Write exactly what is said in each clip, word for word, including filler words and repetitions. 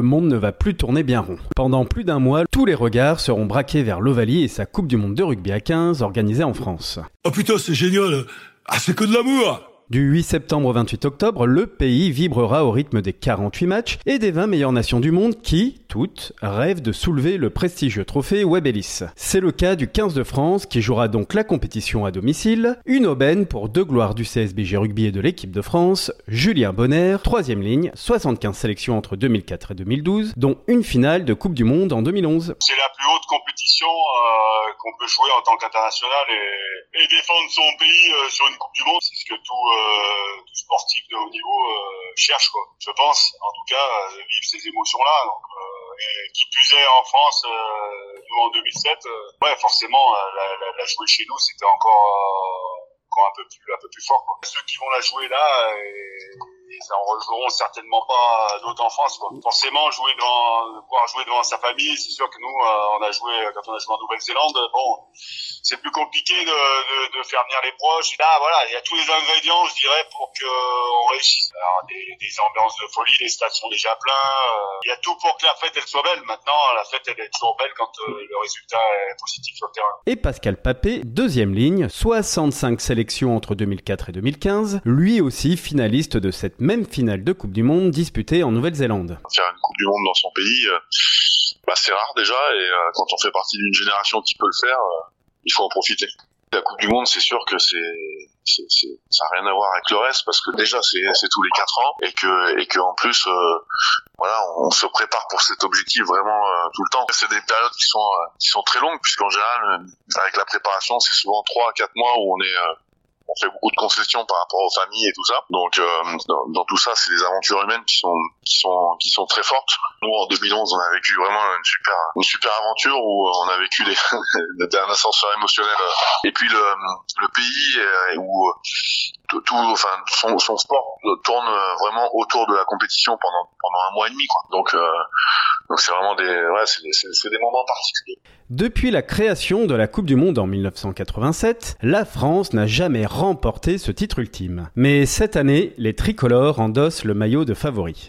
le monde ne va plus tourner bien rond. Pendant plus d'un mois, tous les regards seront braqués vers l'Ovalie et sa Coupe du Monde de rugby à quinze organisée en France. Oh putain, c'est génial! Ah, c'est que de l'amour! Du huit septembre au vingt-huit octobre, le pays vibrera au rythme des quarante-huit matchs et des vingt meilleures nations du monde qui, toutes, rêvent de soulever le prestigieux trophée Webb Ellis. C'est le cas du quinze de France qui jouera donc la compétition à domicile, une aubaine pour deux gloires du C S B J Rugby et de l'équipe de France, Julien Bonner, troisième ligne, soixante-quinze sélections entre deux mille quatre et deux mille douze, dont une finale de Coupe du Monde en deux mille onze. C'est la plus haute compétition euh, qu'on peut jouer en tant qu'international et, et défendre son pays euh, sur une Coupe du Monde, c'est ce que tout... Euh, tout sportif de haut niveau euh, cherche, quoi. Je pense, en tout cas, euh, vivre ces émotions-là. Donc, euh, et qui plus est en France, euh, nous en deux mille sept, euh, ouais, forcément, la, la, la jouer chez nous, c'était encore, euh, encore un peu plus, un peu plus fort, quoi. Ceux qui vont la jouer là, et, et ça en rejoueront certainement pas d'autres en France, quoi. Forcément, jouer devant, pouvoir jouer devant sa famille, c'est sûr que nous, euh, on a joué, quand on a joué en Nouvelle-Zélande, bon, c'est plus compliqué de, de, de faire venir les proches. Là, voilà, il y a tous les ingrédients, je dirais, pour qu'on réussisse. Alors, des, des ambiances de folie, les stades sont déjà pleins. Il y a tout pour que la fête, elle soit belle. Maintenant, la fête, elle est toujours belle quand euh, le résultat est positif sur le terrain. Et Pascal Papé, deuxième ligne, soixante-cinq sélections entre deux mille quatre et deux mille quinze, lui aussi finaliste de cette même finale de Coupe du Monde disputée en Nouvelle-Zélande. Faire une Coupe du Monde dans son pays, euh, bah, c'est rare déjà, et euh, quand on fait partie d'une génération qui peut le faire, euh, il faut en profiter. La Coupe du Monde, c'est sûr que c'est, c'est, c'est ça n'a rien à voir avec le reste, parce que déjà c'est, c'est tous les quatre ans, et que, et que en plus, euh, voilà, on, on se prépare pour cet objectif vraiment euh, tout le temps. C'est des périodes qui sont, euh, qui sont très longues, puisqu'en général, euh, avec la préparation, c'est souvent trois à quatre mois où on est euh, on fait beaucoup de concessions par rapport aux familles et tout ça. Donc euh, dans, dans tout ça, c'est des aventures humaines qui sont qui sont qui sont très fortes. Nous en deux mille onze, on a vécu vraiment une super une super aventure où on a vécu des, des un ascenseur émotionnel. Et puis le le pays où tout, tout enfin son son sport tourne vraiment autour de la compétition pendant pendant un mois et demi, quoi. Donc euh, donc c'est vraiment des ouais, c'est c'est, c'est des moments particuliers. Depuis la création de la Coupe du Monde en dix-neuf cent quatre-vingt-sept, la France n'a jamais remporté ce titre ultime. Mais cette année, les tricolores endossent le maillot de favori.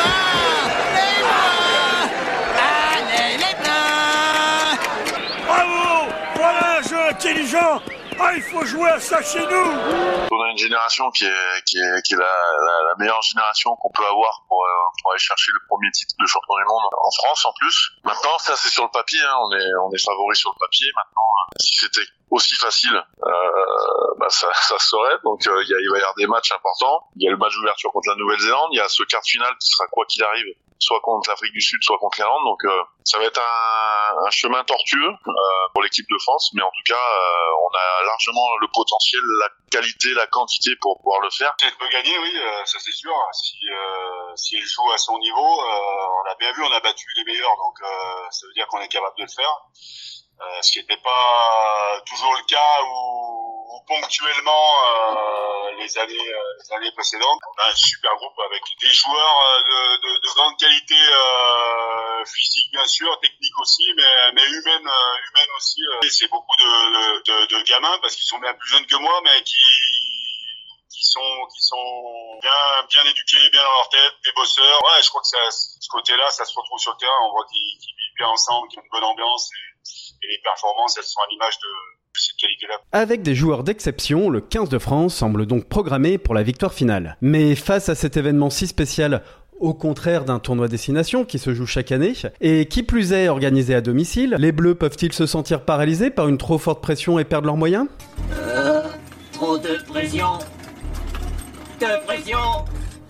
Bravo! Voilà un jeu intelligent! Ah, il faut jouer à ça chez nous! On a une génération qui est, qui est, qui est la, la, la meilleure génération qu'on peut avoir pour, pour aller chercher le premier titre de champion du monde en France en plus. Maintenant, ça c'est sur le papier, hein. on est, on est favori sur le papier. Maintenant, si c'était aussi facile, euh, bah ça, ça se saurait. Donc, euh, il, y a, il va y avoir des matchs importants. Il y a le match d'ouverture contre la Nouvelle-Zélande. Il y a ce quart de finale qui sera quoi qu'il arrive, soit contre l'Afrique du Sud, soit contre l'Irlande. Donc, euh, ça va être un, un chemin tortueux euh, pour l'équipe de France. Mais en tout cas, euh, on a largement le potentiel, la qualité, la quantité pour pouvoir le faire. Elle peut gagner, oui, euh, ça c'est sûr. Si, euh, si elle joue à son niveau, euh, on a bien vu, on a battu les meilleurs. Donc, euh, ça veut dire qu'on est capable de le faire. Euh, ce qui n'était pas toujours le cas ou, ou ponctuellement euh, les années euh, les années précédentes. On a un super groupe avec des joueurs de, de, de grande qualité euh, physique bien sûr, technique aussi, mais, mais humaine euh, humaine aussi. Euh. Et c'est beaucoup de, de, de gamins parce qu'ils sont bien plus jeunes que moi, mais qui qui sont qui sont bien bien éduqués, bien dans leur tête, des bosseurs. Ouais, je crois que ça, ce côté-là, ça se retrouve sur le terrain. On voit qu'ils, qu'ils vivent bien ensemble, qu'il y a une bonne ambiance. Et, et les performances, elles sont à l'image de cette qualité-là. Avec des joueurs d'exception, le quinze de France semble donc programmé pour la victoire finale. Mais face à cet événement si spécial, au contraire d'un tournoi destination qui se joue chaque année, et qui plus est organisé à domicile, les Bleus peuvent-ils se sentir paralysés par une trop forte pression et perdre leurs moyens ? euh, Trop de pression De pression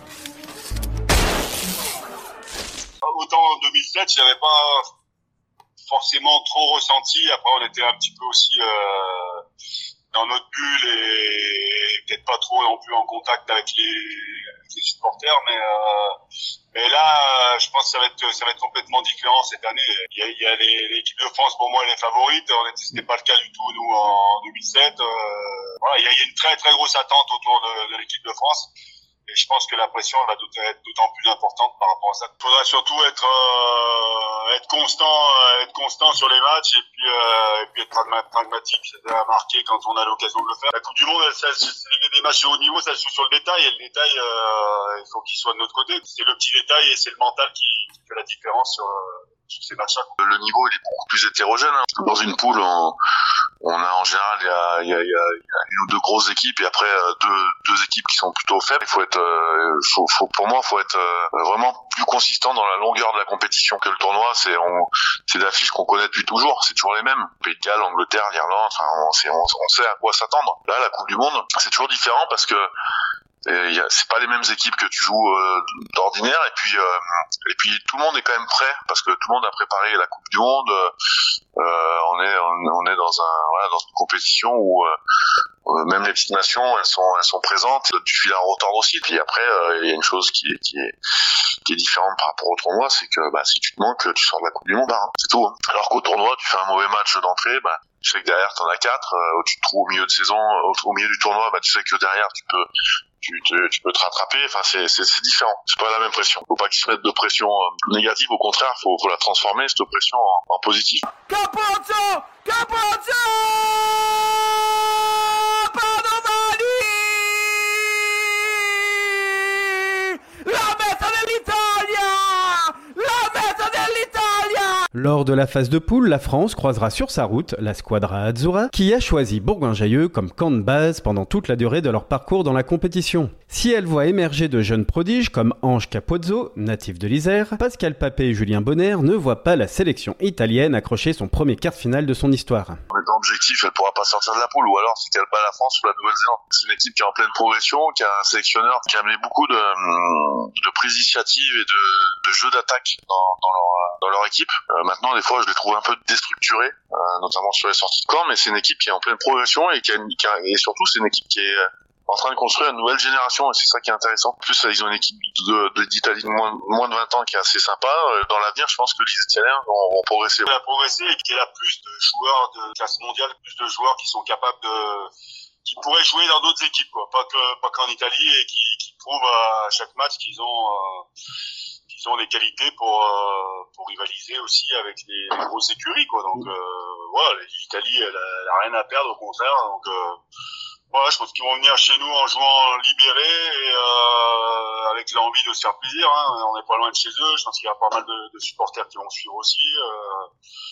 Autant en deux mille sept, je n'avais pas forcément trop ressenti. Après, on était un petit peu aussi euh, dans notre bulle et peut-être pas trop non plus en contact avec les, avec les supporters. Mais euh, mais là, je pense que ça va être ça va être complètement différent cette année. Il y a, il y a les, l'équipe de France, pour moi, elle est favorite. On était, c'était pas le cas du tout nous en deux mille sept. Euh, voilà, il y a, il y a une très très grosse attente autour de, de l'équipe de France. Et je pense que la pression va être d'autant plus importante par rapport à ça. Il faudra surtout être euh, être constant, euh, être constant sur les matchs et puis euh, et puis être pragmatique, c'est à marquer quand on a l'occasion de le faire. La Coupe du Monde, elle, ça, c'est des matchs de haut niveau, ça se joue sur le détail. Et le détail, euh, il faut qu'il soit de notre côté. C'est le petit détail et c'est le mental qui, qui fait la différence sur, sur ces matchs-là. Le niveau il est beaucoup plus hétérogène. Hein. Dans une poule, on, on a en général il y a, il y, a, il y a une ou deux grosses équipes et après deux, deux équipes qui sont plutôt faibles. Il faut être, euh, faut, faut, pour moi, il faut être euh, vraiment plus consistant dans la longueur de la compétition que le tournoi. C'est, on, c'est des affiches qu'on connaît depuis toujours. C'est toujours les mêmes. Pays de Galles, Angleterre, l'Irlande. Enfin, on, c'est, on, on sait à quoi s'attendre. Là, la Coupe du Monde, c'est toujours différent parce que et y a, c'est pas les mêmes équipes que tu joues euh, d'ordinaire et puis euh, et puis tout le monde est quand même prêt parce que tout le monde a préparé la Coupe du Monde. Euh, on est on, on est dans un voilà dans une compétition où euh, même les petites nations elles sont elles sont présentes. Tu files un retard aussi. Puis après il euh, y a une chose qui est qui est qui est différente par rapport au tournoi, c'est que bah si tu te manques, tu sors de la Coupe du Monde, hein, c'est tout. Hein. Alors qu'au tournoi, tu fais un mauvais match d'entrée, bah tu sais que derrière t'en as quatre. Euh, tu te trouves au milieu de saison, au, au milieu du tournoi, bah tu sais que derrière tu peux Tu, te, tu peux te rattraper. Enfin, c'est, c'est, c'est différent. C'est pas la même pression. Faut pas qu'ils se mettent de pression euh, négative. Au contraire, faut, faut la transformer cette pression en, en positive. Capozzo! Capozzo! Padovani! La meta dell'Italia! La meta dell'Italia! Lors de la phase de poule, la France croisera sur sa route la Squadra Azzurra qui a choisi Bourgoin-Jallieu comme camp de base pendant toute la durée de leur parcours dans la compétition. Si elle voit émerger de jeunes prodiges comme Ange Capozzo, natif de l'Isère, Pascal Papé et Julien Bonner ne voient pas la sélection italienne accrocher son premier quart de finale de son histoire. En étant objectif, elle pourra pas sortir de la poule, ou alors c'est qu'elle bat la France ou la Nouvelle-Zélande. C'est une équipe qui est en pleine progression, qui a un sélectionneur qui a amené beaucoup de, de prises d'initiative et de, de jeux d'attaque dans, dans, leur, dans leur équipe. Euh, maintenant, des fois, je les trouve un peu déstructurés, euh, notamment sur les sorties de camp, mais c'est une équipe qui est en pleine progression et, qui a, qui a, et surtout, c'est une équipe qui est en train de construire une nouvelle génération et c'est ça qui est intéressant. En plus, ils ont une équipe de, de, d'Italie de moins, moins de vingt ans qui est assez sympa. Dans l'avenir, je pense que les Italiens vont, vont progresser. Elle a progressé et qu'elle a plus de joueurs de classe mondiale, plus de joueurs qui sont capables de, qui pourraient jouer dans d'autres équipes, quoi. Pas que, pas qu'en Italie et qui, qui prouvent à chaque match qu'ils ont, euh, qu'ils ont des qualités pour, euh, pour rivaliser aussi avec les, les grosses écuries, quoi. Donc, euh, voilà, l'Italie, elle a, elle a rien à perdre, au contraire. Donc, euh, voilà, je pense qu'ils vont venir chez nous en jouant libéré et euh, avec l'envie de se faire plaisir. Hein. On n'est pas loin de chez eux. Je pense qu'il y a pas mal de, de supporters qui vont suivre aussi. Euh,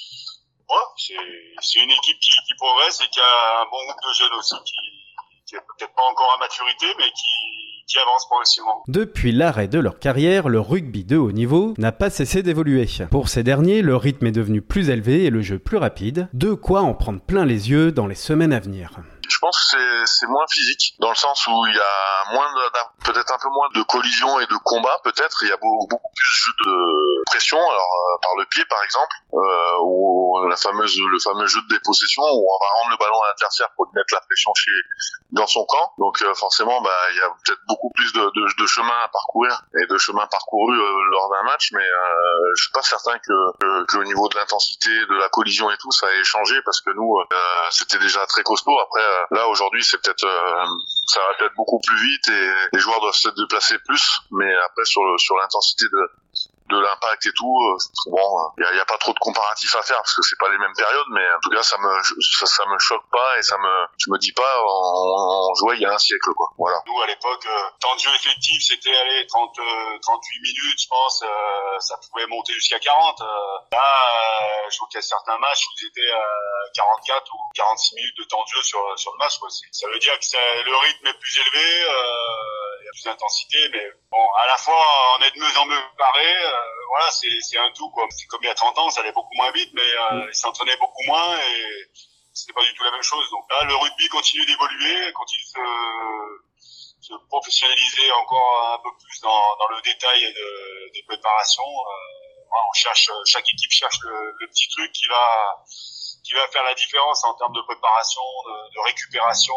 voilà, c'est, c'est une équipe qui, qui progresse et qui a un bon groupe de jeunes aussi, qui, qui est peut-être pas encore à maturité, mais qui, qui avance progressivement. Depuis l'arrêt de leur carrière, le rugby de haut niveau n'a pas cessé d'évoluer. Pour ces derniers, le rythme est devenu plus élevé et le jeu plus rapide, de quoi en prendre plein les yeux dans les semaines à venir. Je pense que c'est, c'est moins physique, dans le sens où il y a moins de, peut-être un peu moins de collisions et de combats, peut-être. Il y a beaucoup, beaucoup plus de jeux de pression, alors euh, par le pied par exemple, euh, ou la fameuse, le fameux jeu de dépossession où on va rendre le ballon à l'adversaire pour lui mettre la pression chez, dans son camp. Donc euh, forcément, bah il y a peut-être beaucoup plus de, de, de chemin à parcourir et de chemin parcouru euh, lors d'un match, mais euh, je suis pas certain que, que, que au niveau de l'intensité, de la collision et tout, ça ait changé parce que nous, euh, c'était déjà très costaud. Après, euh, là aujourd'hui, c'est peut-être, euh, ça va peut-être beaucoup plus vite et les joueurs doivent se déplacer plus, mais après sur le, sur l'intensité de de l'impact et tout, euh, bon, il y, y a pas trop de comparatifs à faire parce que c'est pas les mêmes périodes, mais en tout cas ça me ça, ça me choque pas et ça me je me dis pas on, on jouait il y a un siècle, quoi. Voilà. Nous à l'époque, euh, temps de jeu effectif c'était allez trente, trente-huit minutes, je pense, euh, ça pouvait monter jusqu'à quarante. Euh, là, euh, je vois qu'il y a certains matchs où c'était à quarante-quatre ou quarante-six minutes de temps de jeu sur sur le match, quoi. C'est, ça veut dire que ça, le rythme est plus élevé, euh, il y a plus d'intensité, mais bon, à la fois on est de mieux en mieux préparé. Euh, voilà, c'est, c'est un tout, quoi. C'est comme il y a trente ans, ça allait beaucoup moins vite, mais euh, ils s'entraînaient beaucoup moins et c'était pas du tout la même chose. Donc là, le rugby continue d'évoluer, continue de se, se professionnaliser encore un peu plus dans, dans le détail de, des préparations. Euh, voilà, on cherche, chaque équipe cherche le, le petit truc qui va qui va faire la différence en termes de préparation, de, de récupération.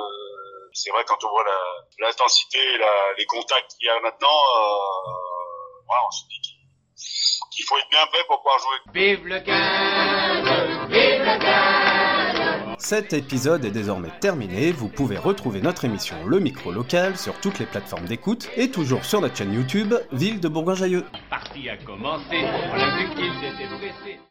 De, c'est vrai, quand on voit la, l'intensité, la, les contacts qu'il y a maintenant, euh, voilà, on se dit qu'il, qu'il faut être bien prêt pour pouvoir jouer. Vive le quinze, vive le quinze. Cet épisode est désormais terminé, vous pouvez retrouver notre émission Le Micro Local sur toutes les plateformes d'écoute et toujours sur notre chaîne YouTube Ville de Bourgoin-Jallieu. La partie a commencé, on a vu qu'ils étaient pressés.